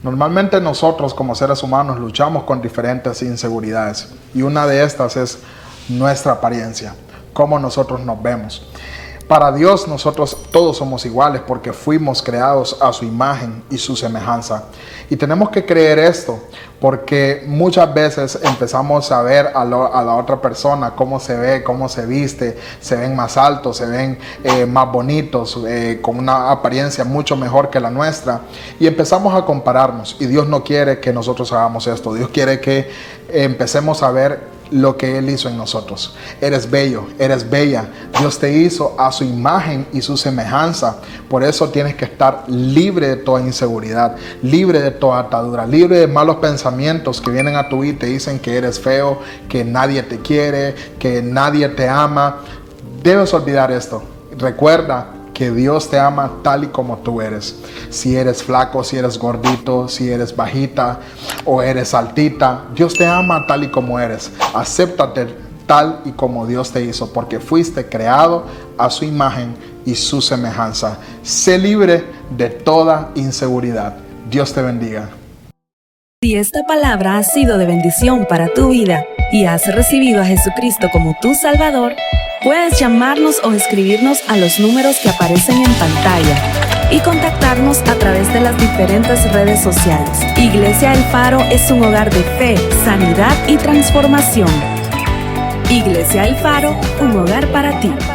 Normalmente nosotros como seres humanos luchamos con diferentes inseguridades y una de estas es nuestra apariencia, cómo nosotros nos vemos. Para Dios nosotros todos somos iguales porque fuimos creados a su imagen y su semejanza. Y tenemos que creer esto porque muchas veces empezamos a ver a la otra persona cómo se ve, cómo se viste, se ven más altos, se ven más bonitos, con una apariencia mucho mejor que la nuestra. Y empezamos a compararnos y Dios no quiere que nosotros hagamos esto. Dios quiere que empecemos a ver lo que Él hizo en nosotros. Eres bello, eres bella. Dios te hizo a su imagen y su semejanza. Por eso tienes que estar libre de toda inseguridad, libre de toda atadura, libre de malos pensamientos que vienen a tu vida y te dicen que eres feo, que nadie te quiere, que nadie te ama. Debes olvidar esto. Recuerda que Dios te ama tal y como tú eres. Si eres flaco, si eres gordito, si eres bajita o eres altita, Dios te ama tal y como eres. Acéptate tal y como Dios te hizo, porque fuiste creado a su imagen y su semejanza. Sé libre de toda inseguridad. Dios te bendiga. Si esta palabra ha sido de bendición para tu vida y has recibido a Jesucristo como tu Salvador, puedes llamarnos o escribirnos a los números que aparecen en pantalla y contactarnos a través de las diferentes redes sociales. Iglesia El Faro es un hogar de fe, sanidad y transformación. Iglesia El Faro, un hogar para ti.